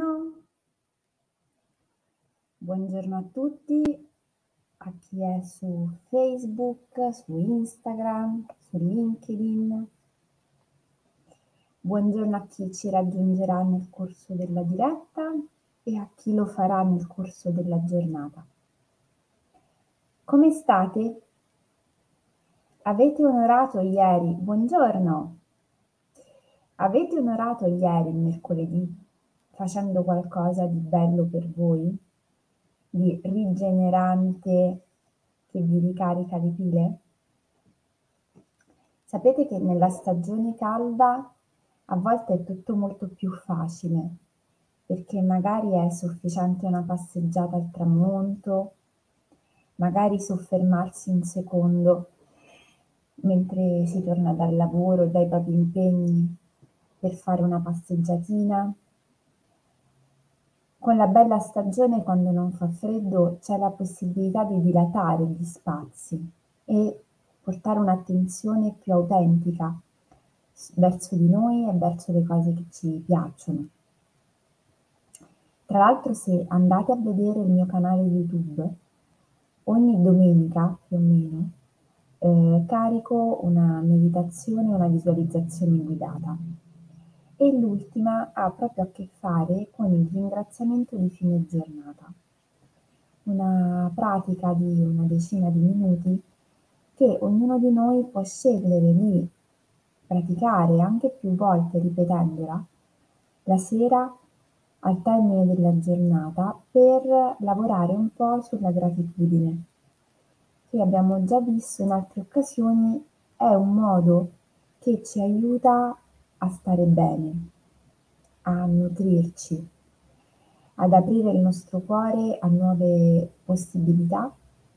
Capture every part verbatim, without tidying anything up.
Buongiorno. Buongiorno a tutti, a chi è su Facebook, su Instagram, su LinkedIn. Buongiorno a chi ci raggiungerà nel corso della diretta e a chi lo farà nel corso della giornata. Come state? Avete onorato ieri buongiorno. Avete onorato ieri, il mercoledì, facendo qualcosa di bello per voi? Di rigenerante che vi ricarica le pile? Sapete che nella stagione calda a volte è tutto molto più facile, perché magari è sufficiente una passeggiata al tramonto, magari soffermarsi un secondo mentre si torna dal lavoro e dai propri impegni per fare una passeggiatina. Con la bella stagione, quando non fa freddo, c'è la possibilità di dilatare gli spazi e portare un'attenzione più autentica verso di noi e verso le cose che ci piacciono. Tra l'altro, se andate a vedere il mio canale YouTube, ogni domenica più o meno eh, carico una meditazione, una visualizzazione guidata. E l'ultima ha proprio a che fare con il ringraziamento di fine giornata. Una pratica di una decina di minuti che ognuno di noi può scegliere di praticare anche più volte ripetendola la sera al termine della giornata per lavorare un po' sulla gratitudine, che abbiamo già visto in altre occasioni è un modo che ci aiuta a stare bene, a nutrirci, ad aprire il nostro cuore a nuove possibilità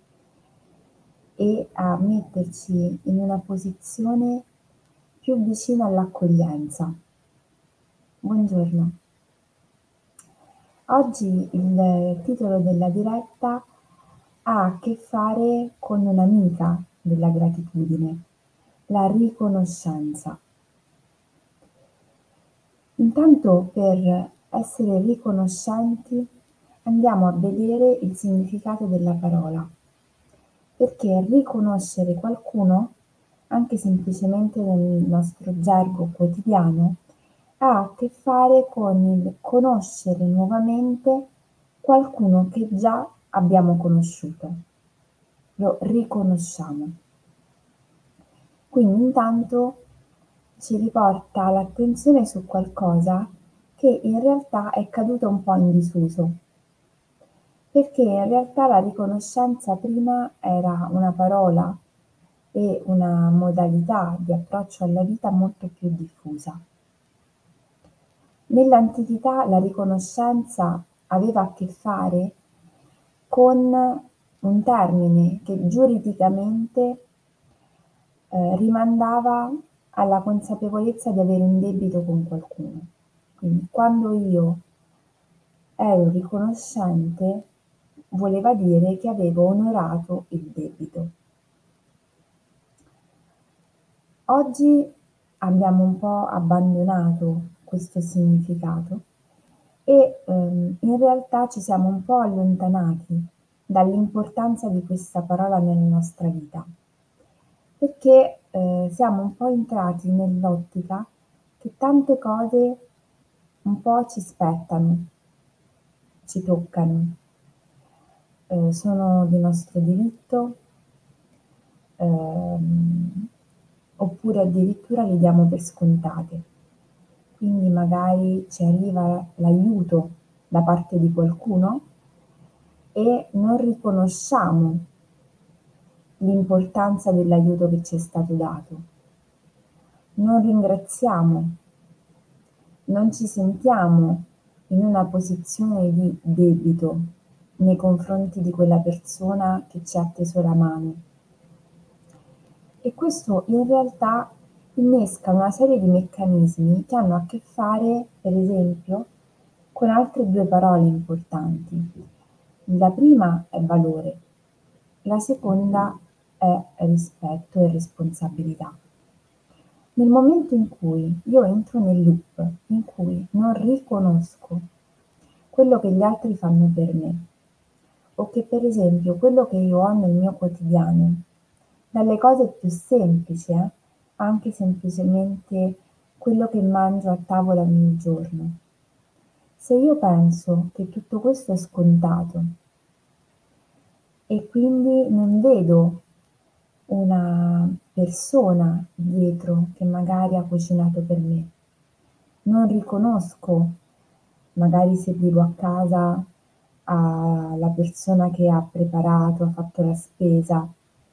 e a metterci in una posizione più vicina all'accoglienza. Buongiorno. Oggi il titolo della diretta ha a che fare con un'amica della gratitudine, la riconoscenza. Intanto, per essere riconoscenti, andiamo a vedere il significato della parola, perché riconoscere qualcuno, anche semplicemente nel nostro gergo quotidiano, ha a che fare con il conoscere nuovamente qualcuno che già abbiamo conosciuto. Lo riconosciamo. Quindi intanto ci riporta l'attenzione su qualcosa che in realtà è caduto un po' in disuso, perché in realtà la riconoscenza prima era una parola e una modalità di approccio alla vita molto più diffusa. Nell'antichità la riconoscenza aveva a che fare con un termine che giuridicamente eh, rimandava alla consapevolezza di avere un debito con qualcuno. Quindi quando io ero riconoscente voleva dire che avevo onorato il debito. Oggi abbiamo un po' abbandonato questo significato e ehm, in realtà ci siamo un po' allontanati dall'importanza di questa parola nella nostra vita, perché eh, siamo un po' entrati nell'ottica che tante cose un po' ci spettano, ci toccano, eh, sono di nostro diritto, ehm, oppure addirittura le diamo per scontate. Quindi magari ci arriva l'aiuto da parte di qualcuno e non riconosciamo l'importanza dell'aiuto che ci è stato dato. Non ringraziamo, non ci sentiamo in una posizione di debito nei confronti di quella persona che ci ha teso la mano. E questo in realtà innesca una serie di meccanismi che hanno a che fare, per esempio, con altre due parole importanti. La prima è valore, la seconda è rispetto e responsabilità. Nel momento in cui io entro nel loop, in cui non riconosco quello che gli altri fanno per me, o che per esempio quello che io ho nel mio quotidiano, dalle cose più semplici, eh, anche semplicemente quello che mangio a tavola ogni giorno. Se io penso che tutto questo è scontato e quindi non vedo una persona dietro che magari ha cucinato per me, non riconosco, magari se vivo a casa, a la persona che ha preparato, ha fatto la spesa,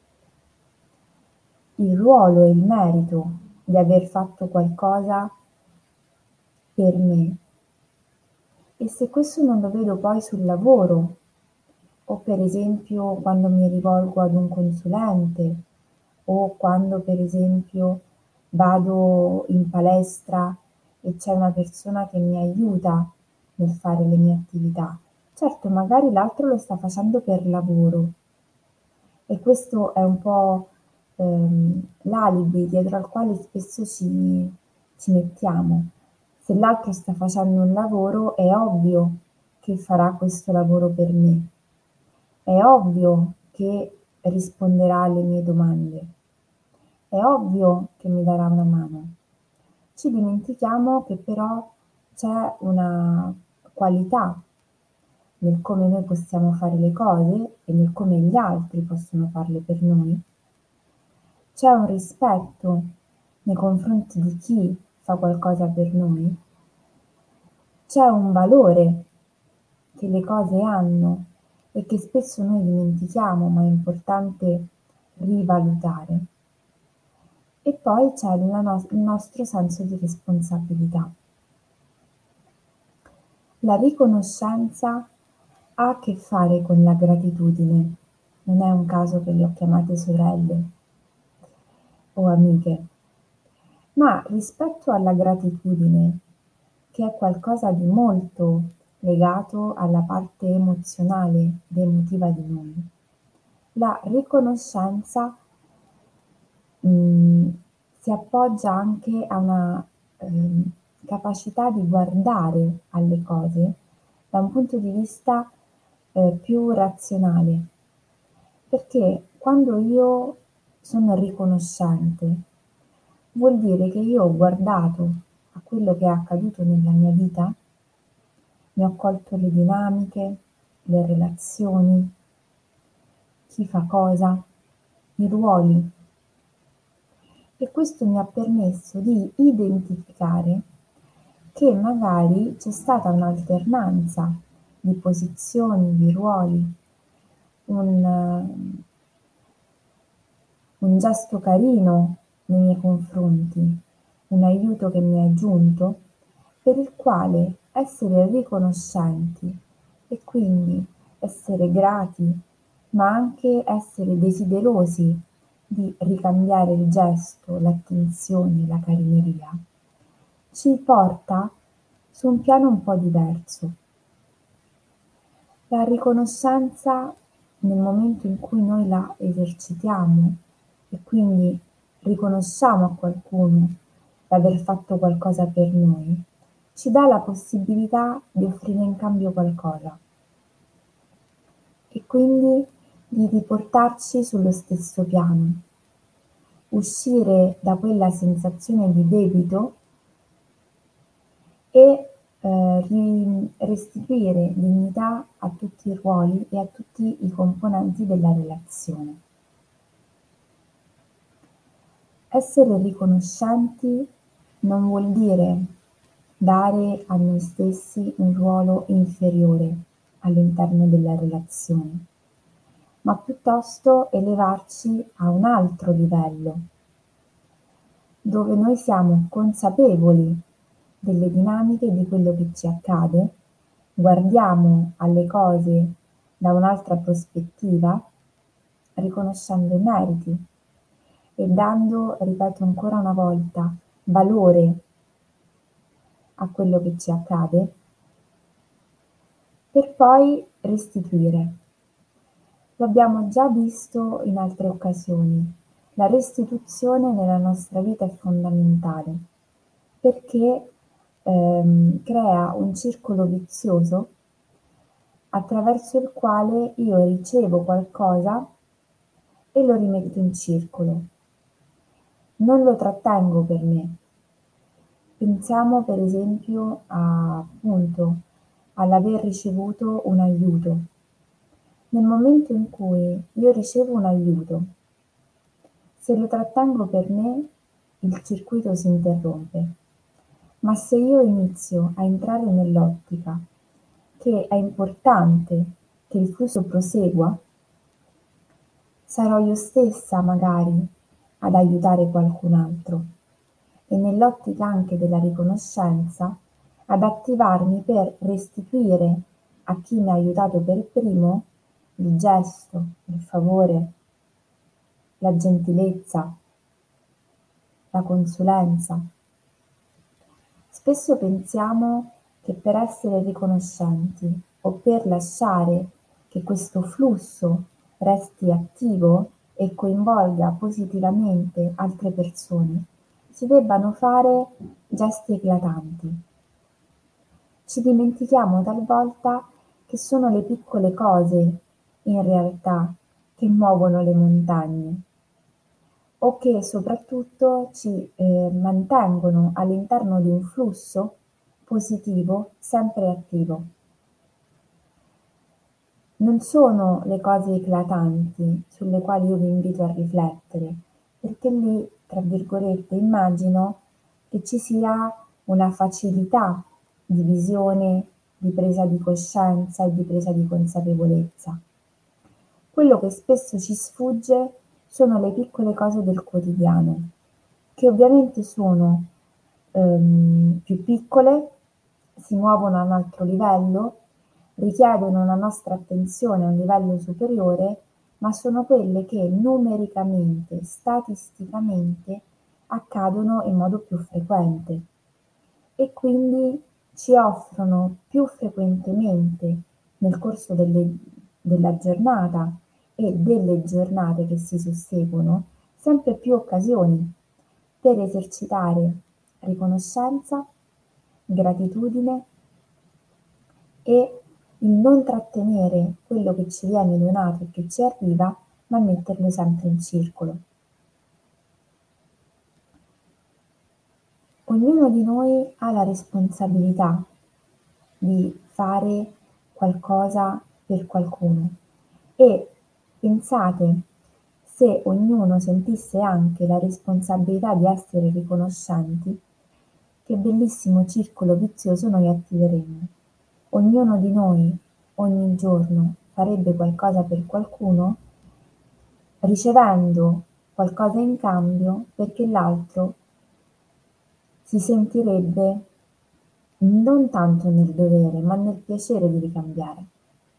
il ruolo e il merito di aver fatto qualcosa per me. E se questo non lo vedo poi sul lavoro, o per esempio quando mi rivolgo ad un consulente, o quando per esempio vado in palestra e c'è una persona che mi aiuta nel fare le mie attività. Certo, magari l'altro lo sta facendo per lavoro e questo è un po', ehm, l'alibi dietro al quale spesso ci ci mettiamo. Se l'altro sta facendo un lavoro è ovvio che farà questo lavoro per me, è ovvio che risponderà alle mie domande, è ovvio che mi darà una mano. Ci dimentichiamo che però c'è una qualità nel come noi possiamo fare le cose e nel come gli altri possono farle per noi. C'è un rispetto nei confronti di chi fa qualcosa per noi. C'è un valore che le cose hanno e che spesso noi dimentichiamo, ma è importante rivalutare. E poi c'è la nos- il nostro senso di responsabilità. La riconoscenza ha a che fare con la gratitudine, non è un caso che le ho chiamate sorelle o amiche, ma rispetto alla gratitudine, che è qualcosa di molto legato alla parte emozionale ed emotiva di noi, la riconoscenza mh, si appoggia anche a una ehm, capacità di guardare alle cose da un punto di vista eh, più razionale, perché quando io sono riconoscente vuol dire che io ho guardato a quello che è accaduto nella mia vita, ne ho colto le dinamiche, le relazioni, chi fa cosa, i ruoli. E questo mi ha permesso di identificare che magari c'è stata un'alternanza di posizioni, di ruoli, un, eh, un gesto carino nei miei confronti, un aiuto che mi è giunto, per il quale essere riconoscenti e quindi essere grati, ma anche essere desiderosi di ricambiare il gesto, l'attenzione, la carineria, ci porta su un piano un po' diverso. La riconoscenza nel momento in cui noi la esercitiamo e quindi riconosciamo a qualcuno d'aver fatto qualcosa per noi, ci dà la possibilità di offrire in cambio qualcosa e quindi di riportarci sullo stesso piano, uscire da quella sensazione di debito e eh, ri- restituire dignità a tutti i ruoli e a tutti i componenti della relazione. Essere riconoscenti non vuol dire dare a noi stessi un ruolo inferiore all'interno della relazione, ma piuttosto elevarci a un altro livello, dove noi siamo consapevoli delle dinamiche di quello che ci accade, guardiamo alle cose da un'altra prospettiva, riconoscendo i meriti e dando, ripeto ancora una volta, valore a quello che ci accade, per poi restituire. Lo abbiamo già visto in altre occasioni. La restituzione nella nostra vita è fondamentale perché ehm, crea un circolo vizioso attraverso il quale io ricevo qualcosa e lo rimetto in circolo. Non lo trattengo per me. Pensiamo per esempio a, appunto, all'aver ricevuto un aiuto. Nel momento in cui io ricevo un aiuto, se lo trattengo per me, il circuito si interrompe. Ma se io inizio a entrare nell'ottica che è importante che il flusso prosegua, sarò io stessa magari ad aiutare qualcun altro e nell'ottica anche della riconoscenza ad attivarmi per restituire a chi mi ha aiutato per primo il gesto, il favore, la gentilezza, la consulenza. Spesso pensiamo che per essere riconoscenti o per lasciare che questo flusso resti attivo e coinvolga positivamente altre persone, si debbano fare gesti eclatanti. Ci dimentichiamo talvolta che sono le piccole cose, in realtà, che muovono le montagne o che soprattutto ci eh, mantengono all'interno di un flusso positivo sempre attivo. Non sono le cose eclatanti sulle quali io vi invito a riflettere, perché lì, tra virgolette, immagino che ci sia una facilità di visione, di presa di coscienza e di presa di consapevolezza. Quello che spesso ci sfugge sono le piccole cose del quotidiano, che ovviamente sono ehm, più piccole, si muovono a un altro livello, richiedono una nostra attenzione a un livello superiore, ma sono quelle che numericamente, statisticamente, accadono in modo più frequente e quindi ci offrono più frequentemente nel corso delle, della giornata e delle giornate che si susseguono sempre più occasioni per esercitare riconoscenza, gratitudine e il non trattenere quello che ci viene donato e che ci arriva, ma metterlo sempre in circolo. Ognuno di noi ha la responsabilità di fare qualcosa per qualcuno e pensate se ognuno sentisse anche la responsabilità di essere riconoscenti, che bellissimo circolo vizioso noi attiveremmo. Ognuno di noi ogni giorno farebbe qualcosa per qualcuno, ricevendo qualcosa in cambio perché l'altro si sentirebbe non tanto nel dovere, ma nel piacere di ricambiare.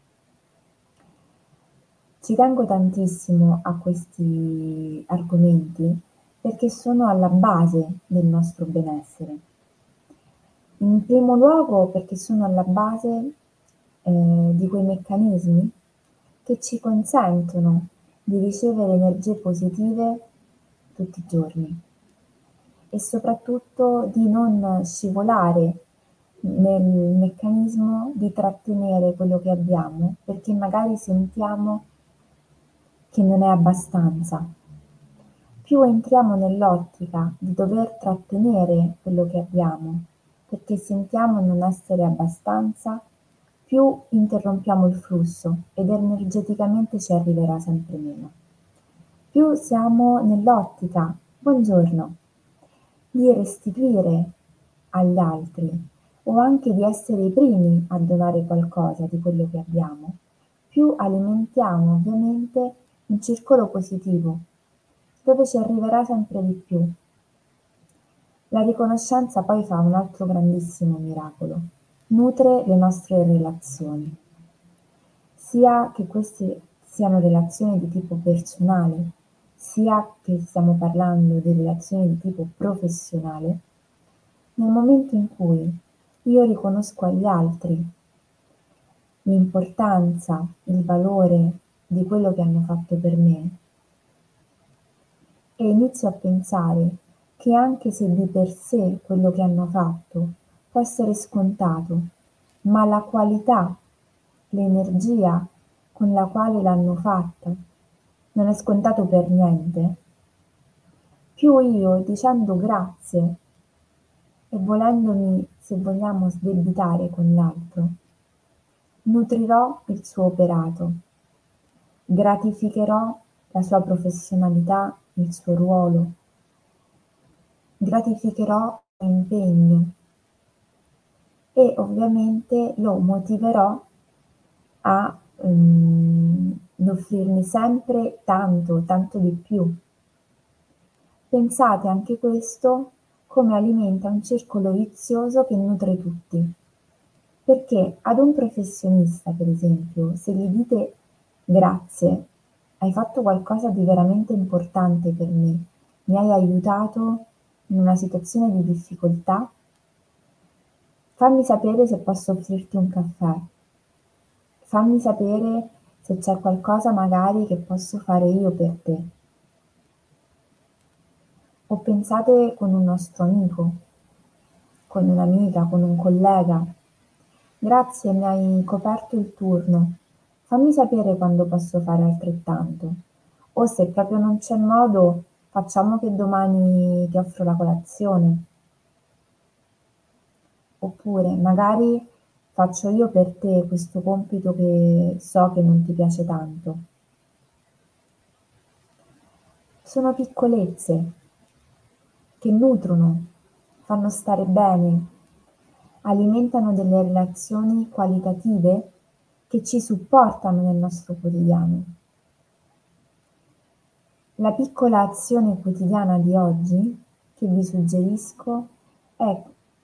Ci tengo tantissimo a questi argomenti perché sono alla base del nostro benessere. In primo luogo perché sono alla base eh, di quei meccanismi che ci consentono di ricevere energie positive tutti i giorni e soprattutto di non scivolare nel meccanismo di trattenere quello che abbiamo perché magari sentiamo che non è abbastanza. Più entriamo nell'ottica di dover trattenere quello che abbiamo perché sentiamo non essere abbastanza, più interrompiamo il flusso ed energeticamente ci arriverà sempre meno. Più siamo nell'ottica, buongiorno, di restituire agli altri o anche di essere i primi a donare qualcosa di quello che abbiamo, più alimentiamo ovviamente un circolo positivo dove ci arriverà sempre di più. La riconoscenza poi fa un altro grandissimo miracolo, nutre le nostre relazioni, sia che queste siano relazioni di tipo personale, sia che stiamo parlando di relazioni di tipo professionale, nel momento in cui io riconosco agli altri l'importanza, il valore di quello che hanno fatto per me e inizio a pensare che anche se di per sé quello che hanno fatto può essere scontato, ma la qualità l'energia con la quale l'hanno fatta non è scontato per niente, più io dicendo grazie e volendomi, se vogliamo, sdebitare con l'altro, nutrirò il suo operato, gratificherò la sua professionalità, il suo ruolo, gratificherò l'impegno e ovviamente lo motiverò a mhmm, ad offrirmi sempre tanto, tanto di più. Pensate anche questo come alimenta un circolo vizioso che nutre tutti. Perché ad un professionista, per esempio, se gli dite: "Grazie, hai fatto qualcosa di veramente importante per me, mi hai aiutato in una situazione di difficoltà, fammi sapere se posso offrirti un caffè, fammi sapere se c'è qualcosa magari che posso fare io per te". O pensate con un nostro amico, con un'amica, con un collega: "Grazie, mi hai coperto il turno, fammi sapere quando posso fare altrettanto". O se proprio non c'è modo, facciamo che domani ti offro la colazione. Oppure magari faccio io per te questo compito che so che non ti piace tanto. Sono piccolezze che nutrono, fanno stare bene, alimentano delle relazioni qualitative che ci supportano nel nostro quotidiano. La piccola azione quotidiana di oggi che vi suggerisco è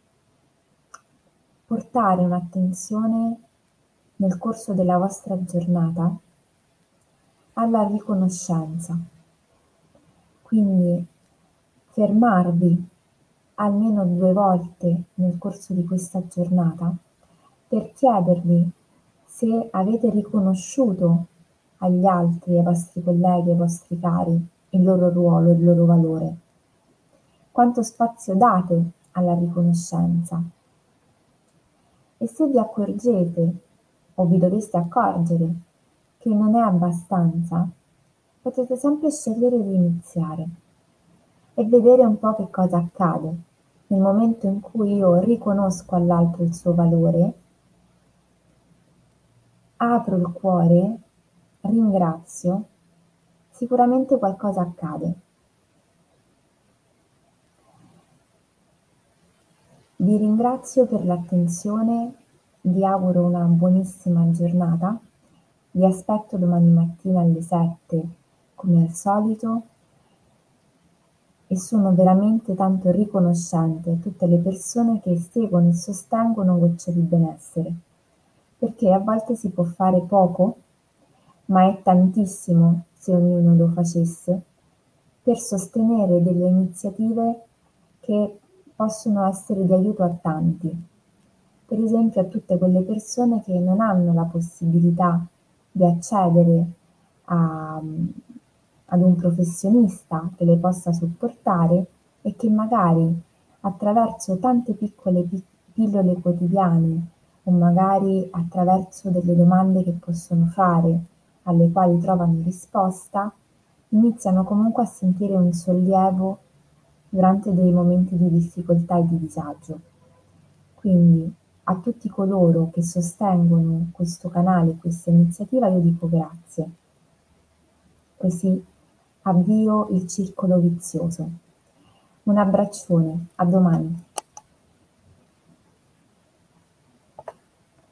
portare un'attenzione nel corso della vostra giornata alla riconoscenza. Quindi fermarvi almeno due volte nel corso di questa giornata per chiedervi se avete riconosciuto agli altri, ai vostri colleghi, ai vostri cari, il loro ruolo, il loro valore. Quanto spazio date alla riconoscenza. E se vi accorgete o vi doveste accorgere che non è abbastanza, potete sempre scegliere di iniziare e vedere un po' che cosa accade. Nel momento in cui io riconosco all'altro il suo valore, apro il cuore, ringrazio, sicuramente qualcosa accade. Vi ringrazio per l'attenzione, vi auguro una buonissima giornata, vi aspetto domani mattina alle sette come al solito e sono veramente tanto riconoscente a tutte le persone che seguono e sostengono Gocce di Benessere, perché a volte si può fare poco, ma è tantissimo se ognuno lo facesse, per sostenere delle iniziative che possono essere di aiuto a tanti. Per esempio a tutte quelle persone che non hanno la possibilità di accedere a ad un professionista che le possa supportare e che magari attraverso tante piccole pi pillole quotidiane o magari attraverso delle domande che possono fare, alle quali trovano risposta, iniziano comunque a sentire un sollievo durante dei momenti di difficoltà e di disagio. Quindi a tutti coloro che sostengono questo canale, questa iniziativa, io dico grazie. Così avvio il circolo vizioso. Un abbraccione, a domani.